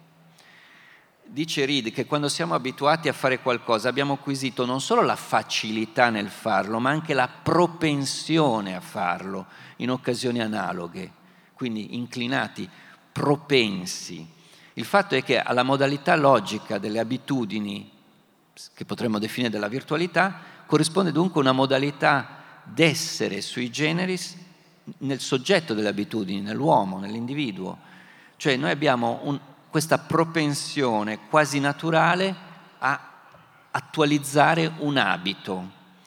Dice Reid che quando siamo abituati a fare qualcosa abbiamo acquisito non solo la facilità nel farlo, ma anche la propensione a farlo in occasioni analoghe, quindi inclinati, propensi. Il fatto è che alla modalità logica delle abitudini, che potremmo definire della virtualità, corrisponde dunque una modalità d'essere sui generis nel soggetto delle abitudini, nell'uomo, nell'individuo. Cioè noi abbiamo un questa propensione quasi naturale a attualizzare un abito,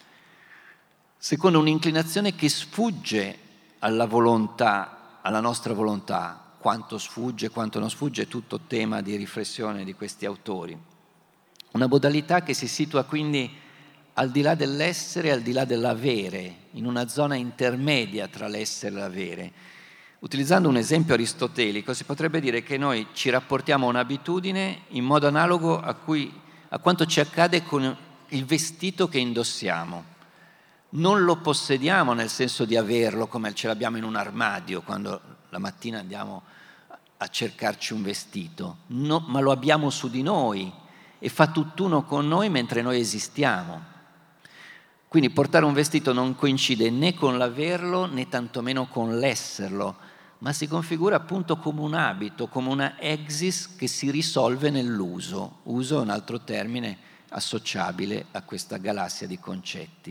secondo un'inclinazione che sfugge alla volontà, alla nostra volontà. Quanto sfugge, quanto non sfugge, è tutto tema di riflessione di questi autori. Una modalità che si situa quindi al di là dell'essere e al di là dell'avere, in una zona intermedia tra l'essere e l'avere. Utilizzando un esempio aristotelico, si potrebbe dire che noi ci rapportiamo a un'abitudine in modo analogo a, cui, a quanto ci accade con il vestito che indossiamo. Non lo possediamo nel senso di averlo come ce l'abbiamo in un armadio quando la mattina andiamo a cercarci un vestito, no, ma lo abbiamo su di noi e fa tutt'uno con noi mentre noi esistiamo. Quindi portare un vestito non coincide né con l'averlo né tantomeno con l'esserlo, ma si configura appunto come un abito, come una exis che si risolve nell'uso. Uso è un altro termine associabile a questa galassia di concetti.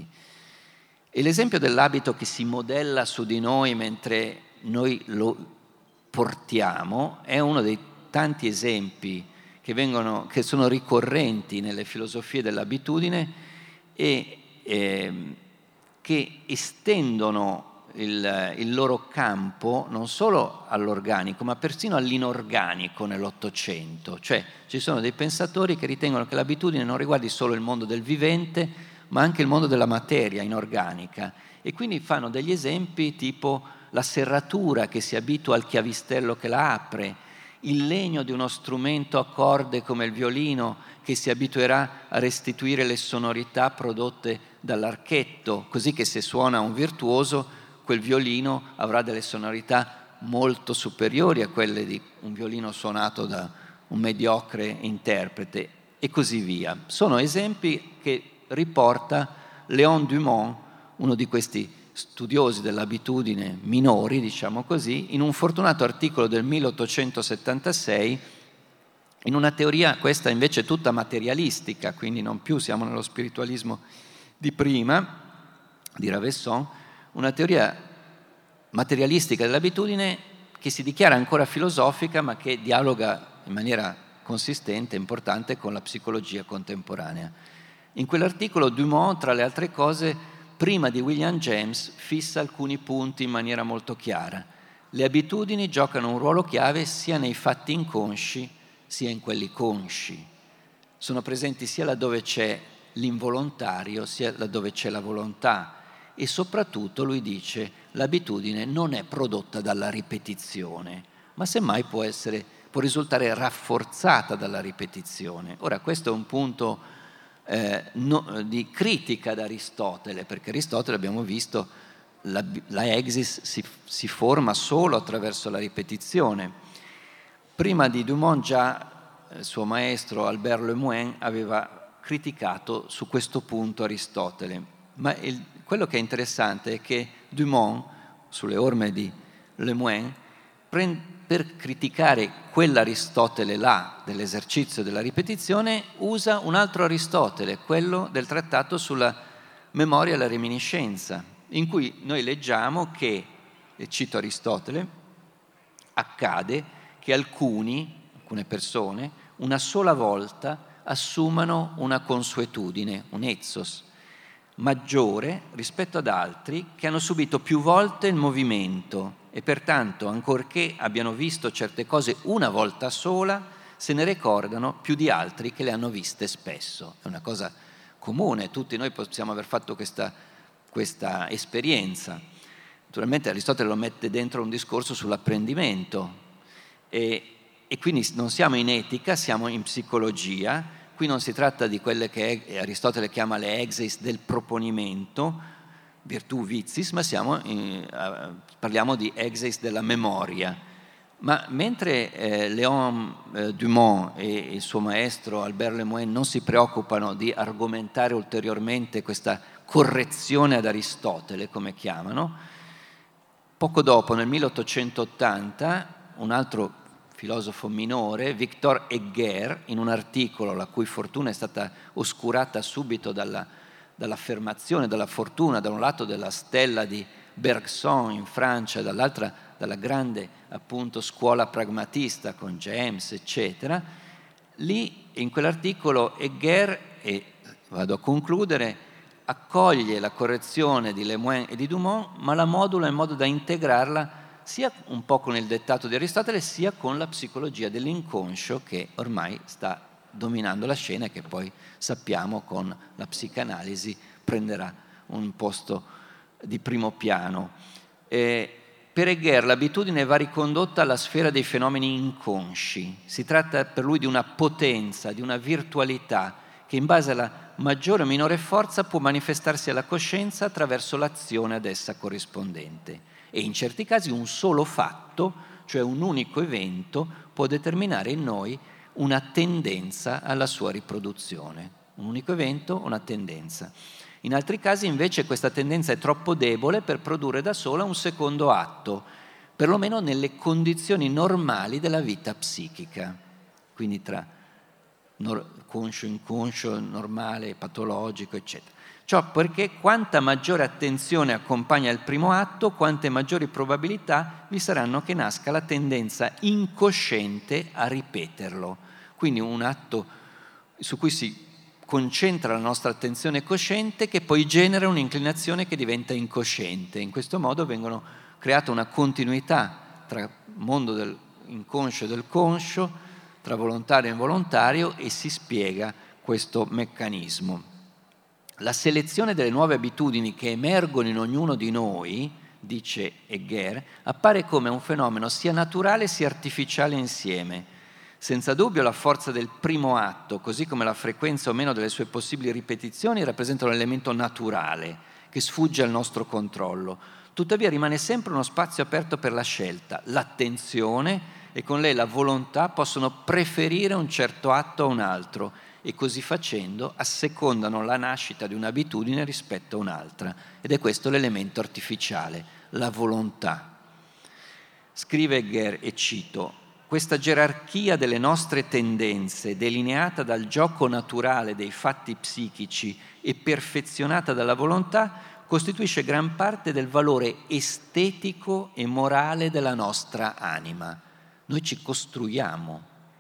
E l'esempio dell'abito che si modella su di noi mentre noi lo portiamo è uno dei tanti esempi che, vengono, che sono ricorrenti nelle filosofie dell'abitudine e eh, che estendono Il, il loro campo non solo all'organico ma persino all'inorganico nell'Ottocento. Cioè ci sono dei pensatori che ritengono che l'abitudine non riguardi solo il mondo del vivente ma anche il mondo della materia inorganica e quindi fanno degli esempi tipo la serratura che si abitua al chiavistello che la apre, il legno di uno strumento a corde come il violino che si abituerà a restituire le sonorità prodotte dall'archetto, così che se suona un virtuoso quel violino avrà delle sonorità molto superiori a quelle di un violino suonato da un mediocre interprete e così via. Sono esempi che riporta Léon Dumont, uno di questi studiosi dell'abitudine minori, diciamo così, in un fortunato articolo del milleottocentosettantasei, in una teoria questa invece tutta materialistica, quindi non più siamo nello spiritualismo di prima, di Ravesson, una teoria materialistica dell'abitudine che si dichiara ancora filosofica ma che dialoga in maniera consistente e importante con la psicologia contemporanea. In quell'articolo Dumont, tra le altre cose, prima di William James, fissa alcuni punti in maniera molto chiara. Le abitudini giocano un ruolo chiave sia nei fatti inconsci sia in quelli consci. Sono presenti sia laddove c'è l'involontario sia laddove c'è la volontà. E soprattutto, lui dice, l'abitudine non è prodotta dalla ripetizione, ma semmai può essere, può risultare rafforzata dalla ripetizione. Ora, questo è un punto eh, no, di critica ad Aristotele, perché Aristotele, abbiamo visto, la, la exis si, si forma solo attraverso la ripetizione. Prima di Dumont già il suo maestro Albert Lemoine aveva criticato su questo punto Aristotele, ma il quello che è interessante è che Dumont, sulle orme di Lemoine, per criticare quell'Aristotele là, dell'esercizio della ripetizione, usa un altro Aristotele, quello del trattato sulla memoria e la reminiscenza, in cui noi leggiamo che, e cito Aristotele, accade che alcuni, alcune persone, una sola volta assumano una consuetudine, un ethos, maggiore rispetto ad altri che hanno subito più volte il movimento e pertanto, ancorché abbiano visto certe cose una volta sola, se ne ricordano più di altri che le hanno viste spesso. È una cosa comune, tutti noi possiamo aver fatto questa, questa esperienza. Naturalmente Aristotele lo mette dentro un discorso sull'apprendimento e, e quindi non siamo in etica, siamo in psicologia. Qui non si tratta di quelle che Aristotele chiama le exeis del proponimento, virtù vizis, ma siamo in, uh, parliamo di exeis della memoria. Ma mentre eh, Léon eh, Dumont e il suo maestro Albert Lemoine non si preoccupano di argomentare ulteriormente questa correzione ad Aristotele, come chiamano, poco dopo, nel milleottocentottanta, un altro filosofo minore, Victor Heger, in un articolo la cui fortuna è stata oscurata subito dalla, dall'affermazione della fortuna, da un lato della stella di Bergson in Francia, dall'altra dalla grande appunto scuola pragmatista con James, eccetera, lì in quell'articolo Heger, e vado a concludere, accoglie la correzione di Lemoine e di Dumont, ma la modula in modo da integrarla sia un po' con il dettato di Aristotele, sia con la psicologia dell'inconscio che ormai sta dominando la scena e che poi sappiamo con la psicanalisi prenderà un posto di primo piano. E per Heger l'abitudine va ricondotta alla sfera dei fenomeni inconsci. Si tratta per lui di una potenza, di una virtualità che in base alla maggiore o minore forza può manifestarsi alla coscienza attraverso l'azione ad essa corrispondente. E in certi casi un solo fatto, cioè un unico evento, può determinare in noi una tendenza alla sua riproduzione. Un unico evento, una tendenza. In altri casi invece questa tendenza è troppo debole per produrre da sola un secondo atto, perlomeno nelle condizioni normali della vita psichica, quindi tra conscio, inconscio, normale, patologico, eccetera. Ciò perché quanta maggiore attenzione accompagna il primo atto, quante maggiori probabilità vi saranno che nasca la tendenza incosciente a ripeterlo. Quindi un atto su cui si concentra la nostra attenzione cosciente che poi genera un'inclinazione che diventa incosciente. In questo modo vengono creata una continuità tra mondo dell'inconscio e del conscio, tra volontario e involontario, e si spiega questo meccanismo. La selezione delle nuove abitudini che emergono in ognuno di noi, dice Heger, appare come un fenomeno sia naturale sia artificiale insieme. Senza dubbio la forza del primo atto, così come la frequenza o meno delle sue possibili ripetizioni, rappresentano un elemento naturale che sfugge al nostro controllo. Tuttavia rimane sempre uno spazio aperto per la scelta, l'attenzione e con lei la volontà possono preferire un certo atto a un altro e così facendo assecondano la nascita di un'abitudine rispetto a un'altra. Ed è questo l'elemento artificiale, la volontà. Scrive Heger, e cito: questa gerarchia delle nostre tendenze, delineata dal gioco naturale dei fatti psichici e perfezionata dalla volontà, costituisce gran parte del valore estetico e morale della nostra anima. Noi ci costruiamo.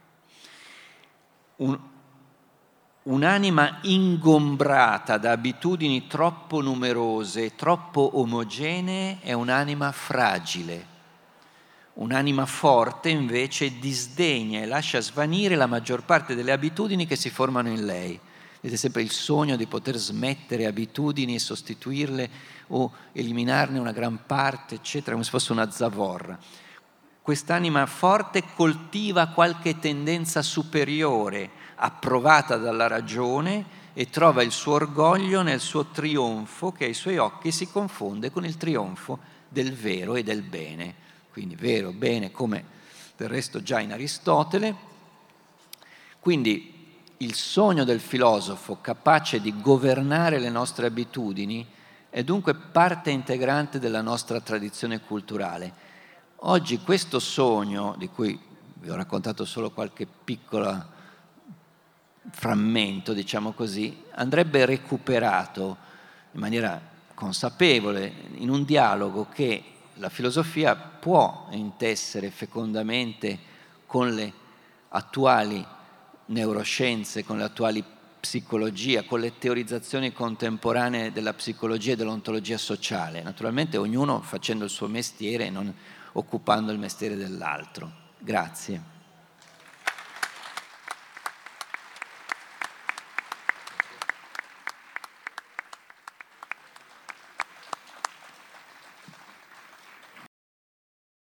Un, un'anima ingombrata da abitudini troppo numerose, troppo omogenee, è un'anima fragile. Un'anima forte invece disdegna e lascia svanire la maggior parte delle abitudini che si formano in lei. Vedete sempre il sogno di poter smettere abitudini e sostituirle o eliminarne una gran parte, eccetera, come se fosse una zavorra. Quest'anima forte coltiva qualche tendenza superiore, approvata dalla ragione, e trova il suo orgoglio nel suo trionfo, che ai suoi occhi si confonde con il trionfo del vero e del bene. Quindi vero, bene, come del resto già in Aristotele. Quindi il sogno del filosofo capace di governare le nostre abitudini è dunque parte integrante della nostra tradizione culturale. Oggi questo sogno, di cui vi ho raccontato solo qualche piccolo frammento, diciamo così, andrebbe recuperato in maniera consapevole in un dialogo che la filosofia può intessere fecondamente con le attuali neuroscienze, con le attuali psicologia, con le teorizzazioni contemporanee della psicologia e dell'ontologia sociale, naturalmente ognuno facendo il suo mestiere e non occupando il mestiere dell'altro. Grazie.